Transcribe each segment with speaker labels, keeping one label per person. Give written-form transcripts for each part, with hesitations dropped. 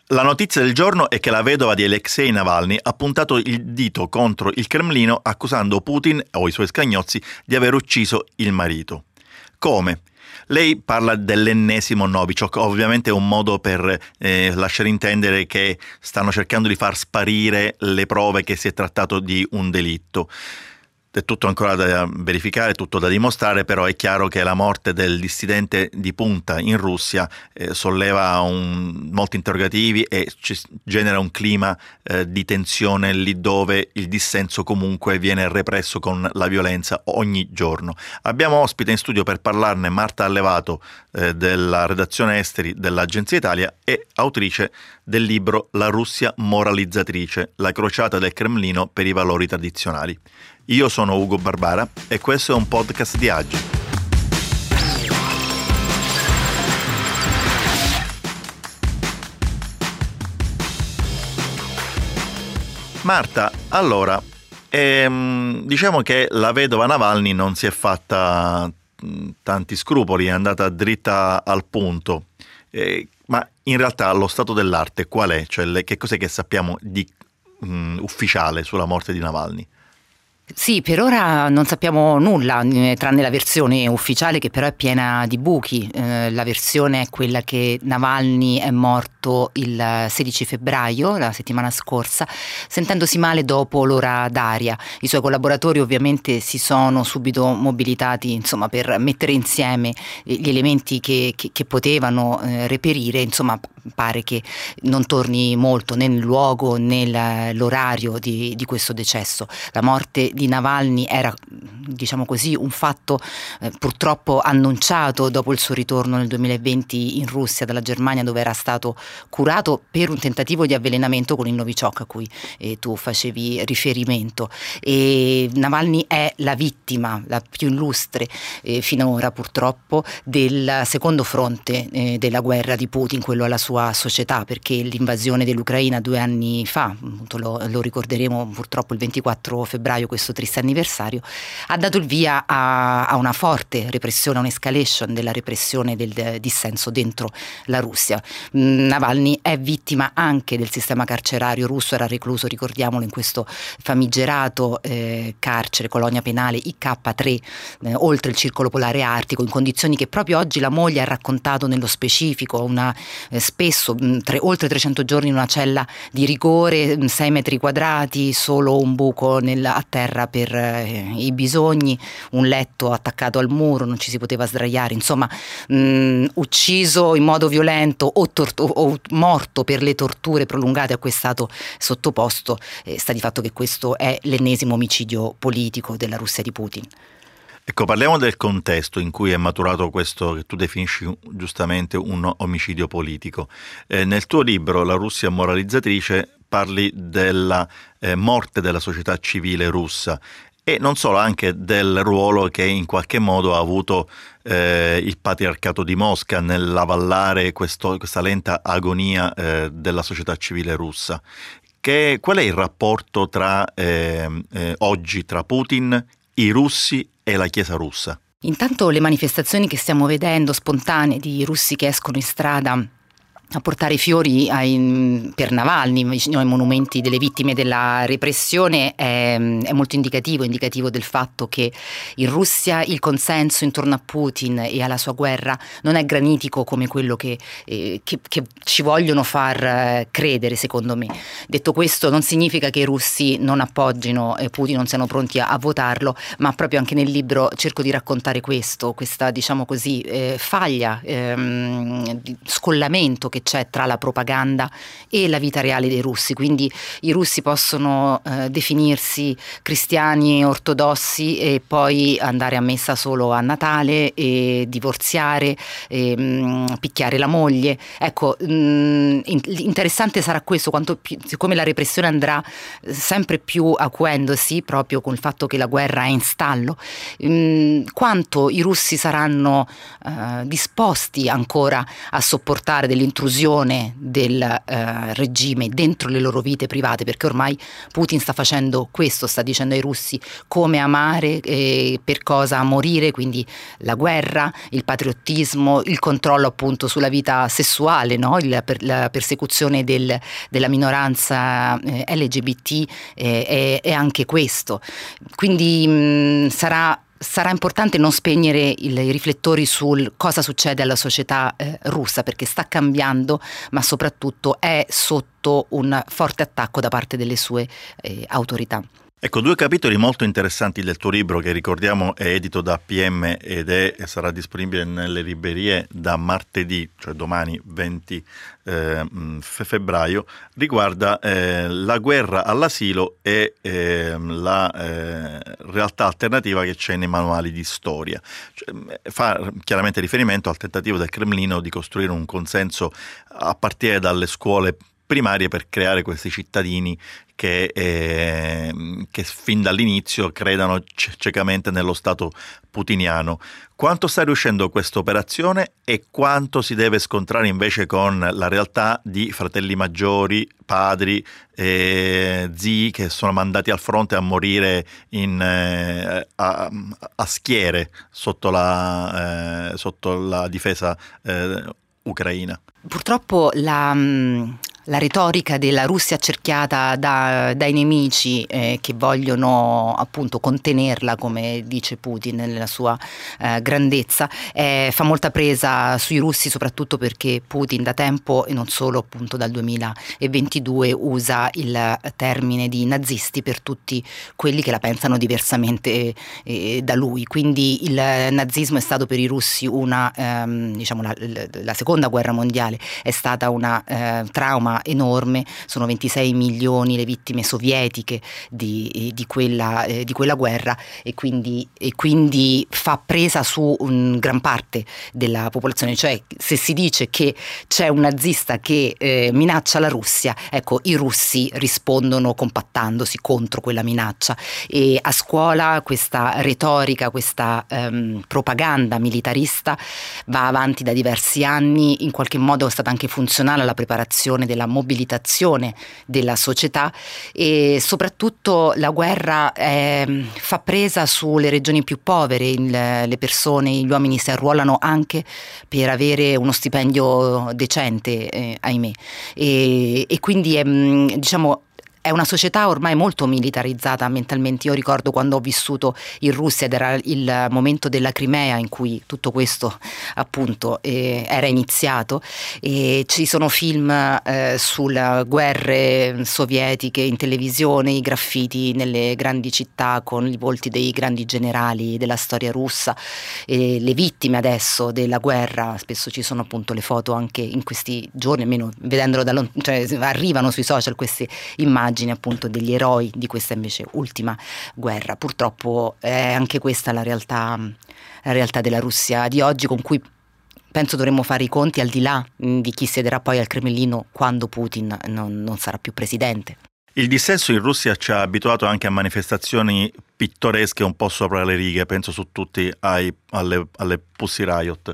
Speaker 1: La notizia del giorno è che la vedova di Alexei Navalny ha puntato il dito contro il Cremlino accusando Putin o i suoi scagnozzi di aver ucciso il marito. Come? Lei parla dell'ennesimo Novichok, ovviamente è un modo per lasciare intendere che stanno cercando di far sparire le prove che si è trattato di un delitto. È tutto ancora da verificare, tutto da dimostrare, però è chiaro che la morte del dissidente di punta in Russia solleva molti interrogativi e genera un clima di tensione lì dove il dissenso comunque viene represso con la violenza ogni giorno. Abbiamo ospite in studio per parlarne Marta Allevato della redazione esteri dell'Agenzia Italia e autrice del libro La Russia moralizzatrice, la crociata del Cremlino per i valori tradizionali. Io sono Ugo Barbara e questo è un podcast di Agi. Marta, allora, diciamo che la vedova Navalny non si è fatta tanti scrupoli, è andata dritta al punto, ma in realtà lo stato dell'arte qual è? Cioè, che cos'è che sappiamo di ufficiale sulla morte di Navalny?
Speaker 2: Sì, per ora non sappiamo nulla, tranne la versione ufficiale che però è piena di buchi. La versione è quella che Navalny è morto il 16 febbraio, la settimana scorsa, sentendosi male dopo l'ora d'aria. I suoi collaboratori ovviamente si sono subito mobilitati, insomma, per mettere insieme gli elementi che potevano reperire. Insomma, pare che non torni molto né nel luogo né l'orario di questo decesso. La morte di Navalny era, diciamo così, un fatto purtroppo annunciato dopo il suo ritorno nel 2020 in Russia dalla Germania, dove era stato curato per un tentativo di avvelenamento con il Novichok a cui tu facevi riferimento. E Navalny è la vittima, la più illustre finora purtroppo, del secondo fronte della guerra di Putin, quello alla sua società, perché l'invasione dell'Ucraina 2 anni fa, appunto lo ricorderemo purtroppo il 24 febbraio, questo triste anniversario, ha dato il via a una forte repressione, un'escalation della repressione del dissenso dentro la Russia. Navalny è vittima anche del sistema carcerario russo, era recluso, ricordiamolo, in questo famigerato carcere, colonia penale IK3, oltre il circolo polare artico, in condizioni che proprio oggi la moglie ha raccontato nello specifico, spesso oltre 300 giorni in una cella di rigore, 6 metri quadrati, solo un buco a terra per i bisogni, un letto attaccato al muro, non ci si poteva sdraiare, insomma ucciso in modo violento o morto per le torture prolungate a cui è stato sottoposto. Sta di fatto che questo è l'ennesimo omicidio politico della Russia di Putin.
Speaker 1: Ecco, parliamo del contesto in cui è maturato questo che tu definisci giustamente un omicidio politico. Nel tuo libro La Russia moralizzatrice parli della morte della società civile russa e non solo, anche del ruolo che in qualche modo ha avuto il patriarcato di Mosca nell'avallare questa lenta agonia della società civile russa. Qual è il rapporto oggi tra Putin, i russi e la Chiesa russa?
Speaker 2: Intanto le manifestazioni che stiamo vedendo spontanee di russi che escono in strada a portare fiori per Navalny vicino ai monumenti delle vittime della repressione è molto indicativo del fatto che in Russia il consenso intorno a Putin e alla sua guerra non è granitico come quello che ci vogliono far credere, secondo me. Detto questo, non significa che i russi non appoggino Putin, non siano pronti a votarlo, ma proprio anche nel libro cerco di raccontare questa, diciamo così, faglia, scollamento che c'è tra la propaganda e la vita reale dei russi. Quindi i russi possono definirsi cristiani ortodossi e poi andare a messa solo a Natale e divorziare, picchiare la moglie. Ecco, interessante sarà questo, siccome la repressione andrà sempre più acuendosi proprio con il fatto che la guerra è in stallo, quanto i russi saranno disposti ancora a sopportare dell'intrusione intrusione del regime dentro le loro vite private, perché ormai Putin sta facendo questo, sta dicendo ai russi come amare, per cosa morire, quindi la guerra, il patriottismo, il controllo appunto sulla vita sessuale, no? La persecuzione della minoranza LGBT, è anche questo. Quindi sarà importante non spegnere i riflettori sul cosa succede alla società russa, perché sta cambiando, ma soprattutto è sotto un forte attacco da parte delle sue autorità.
Speaker 1: Ecco, 2 capitoli molto interessanti del tuo libro, che ricordiamo è edito da PM ed sarà disponibile nelle librerie da martedì, cioè domani 20 febbraio, riguarda la guerra all'asilo e la realtà alternativa che c'è nei manuali di storia. Cioè, fa chiaramente riferimento al tentativo del Cremlino di costruire un consenso a partire dalle scuole primarie per creare questi cittadini che fin dall'inizio credano ciecamente nello Stato putiniano. Quanto sta riuscendo questa operazione e quanto si deve scontrare invece con la realtà di fratelli maggiori, padri, zii che sono mandati al fronte a morire a schiere sotto la difesa ucraina?
Speaker 2: Purtroppo la retorica della Russia accerchiata dai nemici che vogliono appunto contenerla, come dice Putin nella sua grandezza, fa molta presa sui russi, soprattutto perché Putin da tempo, e non solo appunto dal 2022, usa il termine di nazisti per tutti quelli che la pensano diversamente da lui. Quindi il nazismo è stato per i russi la seconda guerra mondiale è stata una trauma enorme, sono 26 milioni le vittime sovietiche di quella guerra, e quindi fa presa su gran parte della popolazione. Cioè, se si dice che c'è un nazista che minaccia la Russia, ecco, i russi rispondono compattandosi contro quella minaccia, e a scuola questa retorica, questa propaganda militarista va avanti da diversi anni. In qualche modo è stata anche funzionale alla preparazione della mobilitazione della società, e soprattutto la guerra fa presa sulle regioni più povere. Le persone, gli uomini si arruolano anche per avere uno stipendio decente, ahimè, e quindi è una società ormai molto militarizzata mentalmente. Io ricordo quando ho vissuto in Russia ed era il momento della Crimea in cui tutto questo appunto era iniziato, e ci sono film sulle guerre sovietiche in televisione, i graffiti nelle grandi città con i volti dei grandi generali della storia russa, le vittime adesso della guerra. Spesso ci sono appunto le foto anche in questi giorni, almeno vedendolo cioè arrivano sui social queste immagini appunto degli eroi di questa invece ultima guerra. Purtroppo è anche questa la realtà della Russia di oggi, con cui penso dovremmo fare i conti, al di là di chi siederà poi al Cremlino quando Putin non sarà più presidente.
Speaker 1: Il dissenso in Russia ci ha abituato anche a manifestazioni pittoresche un po' sopra le righe, penso su tutti alle Pussy Riot.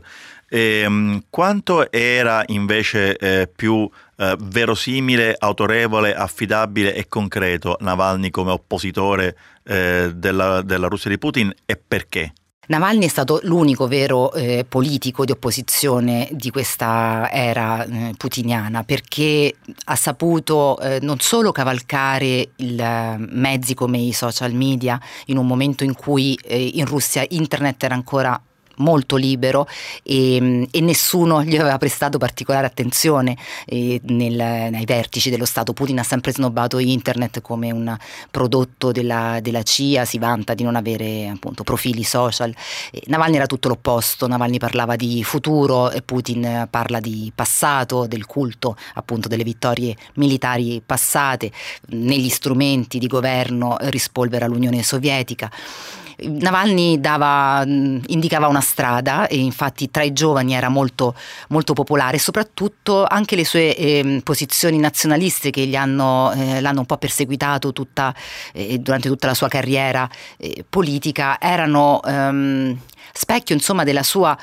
Speaker 1: Quanto era invece più verosimile, autorevole, affidabile e concreto Navalny come oppositore della Russia di Putin, e perché?
Speaker 2: Navalny è stato l'unico vero politico di opposizione di questa era putiniana, perché ha saputo non solo cavalcare mezzi come i social media in un momento in cui in Russia internet era ancora molto libero e nessuno gli aveva prestato particolare attenzione nei vertici dello Stato. Putin ha sempre snobbato internet come un prodotto della CIA, si vanta di non avere appunto profili social. Navalny era tutto l'opposto. Navalny parlava di futuro e Putin parla di passato, del culto appunto delle vittorie militari passate. Negli strumenti di governo rispolvera l'Unione Sovietica. Navalny indicava una strada, e infatti tra i giovani era molto, molto popolare. Soprattutto anche le sue posizioni nazionaliste, che l'hanno un po' perseguitato durante tutta la sua carriera politica, erano specchio insomma della sua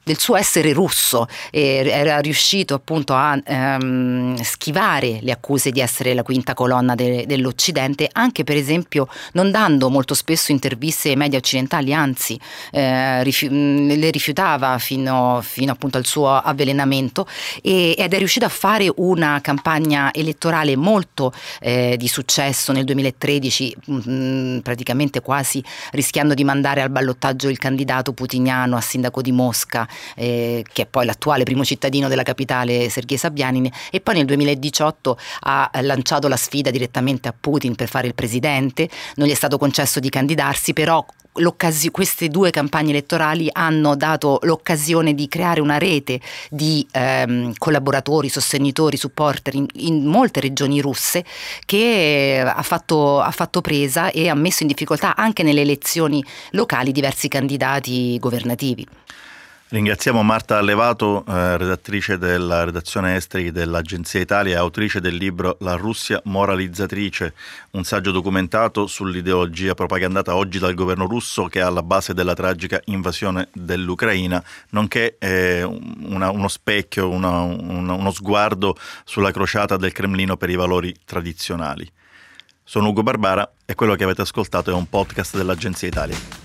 Speaker 2: del suo essere russo, e era riuscito appunto a schivare le accuse di essere la quinta colonna dell'Occidente, anche per esempio non dando molto spesso interviste ai media occidentali, anzi le rifiutava fino appunto al suo avvelenamento, ed è riuscito a fare una campagna elettorale molto di successo nel 2013, praticamente quasi rischiando di mandare al ballottaggio il candidato putiniano a sindaco di Mosca, che è poi l'attuale primo cittadino della capitale, Sergej Sobjanin, e poi nel 2018 ha lanciato la sfida direttamente a Putin per fare il presidente. Non gli è stato concesso di candidarsi, però queste due campagne elettorali hanno dato l'occasione di creare una rete di collaboratori, sostenitori, supporter in molte regioni russe, che ha fatto presa e ha messo in difficoltà anche nelle elezioni locali diversi candidati governativi.
Speaker 1: Ringraziamo Marta Allevato, redattrice della redazione esteri dell'Agenzia Italia e autrice del libro La Russia moralizzatrice, un saggio documentato sull'ideologia propagandata oggi dal governo russo che è alla base della tragica invasione dell'Ucraina, nonché uno specchio, uno sguardo sulla crociata del Cremlino per i valori tradizionali. Sono Ugo Barbara e quello che avete ascoltato è un podcast dell'Agenzia Italia.